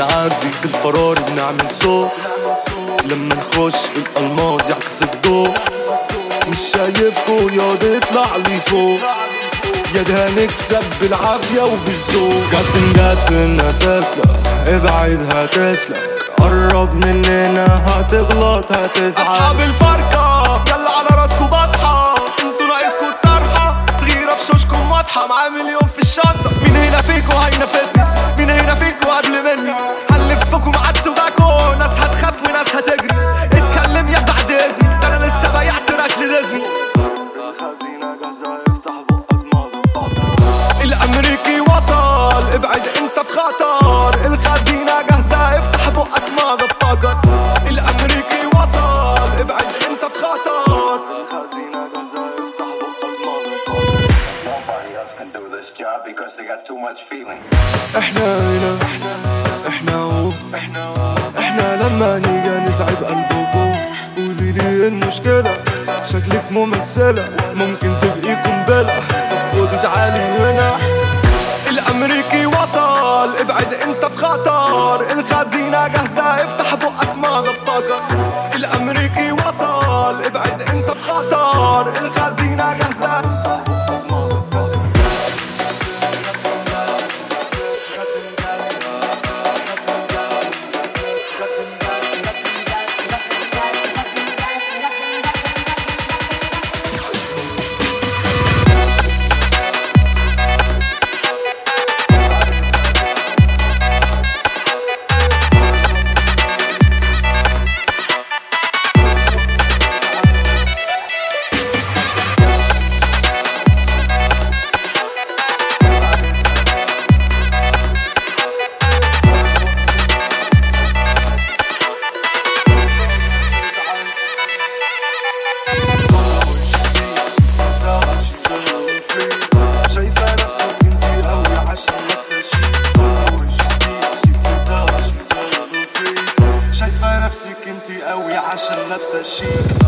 بنعدي بالفرار بنعمل صوت، لما نخش الألماظ يعكس الضوء. مش شايفكو ياض اطلع لي فوق، يا ده هنكسب بالعافية وبالذوق. جت انها تسلك، ابعد هتسلك، قرب مننا هتغلط هتزعل. أصحاب الفرقة يلا على راسكو بطحة، انتو ناقصكو الطرحة، غيرة في شوشكم واضحة، معاه مليون في الشنطة. مين هنا فيكو هينافسني؟ مين هنا فيكو قبل مني؟ هنلفكم عالتوباكو، ناس هتخاف وناس هتجري. اتكلم يا بعد اذني، ده انا لسه بايع تراك لديزني. الامريكي وصل، ابعد انت في خطر، الخزينة جاهزة افتح بقك ماذا فكر. الامريكي وصل، ابعد انت في خطر، الخزينة جاهزة افتح بقك ماذا فكر. Nobody else can do this job because they got too much feeling. احنا هنا احنا لما نيجي نتعب قلبكم. قوليلي المشكلة، شكلك ممثلة، ممكن تبقي قنبلة، خدي تعالي هنا. الامريكي وصل، ابعد انت في خطر، الخزينة جاهزة افتح بقك ماذا فكر. الامريكي وصل، ابعد انت في خطر، الخزينة جاهزة. شايفة نفسك انتي قوي عشان لابسة شيك.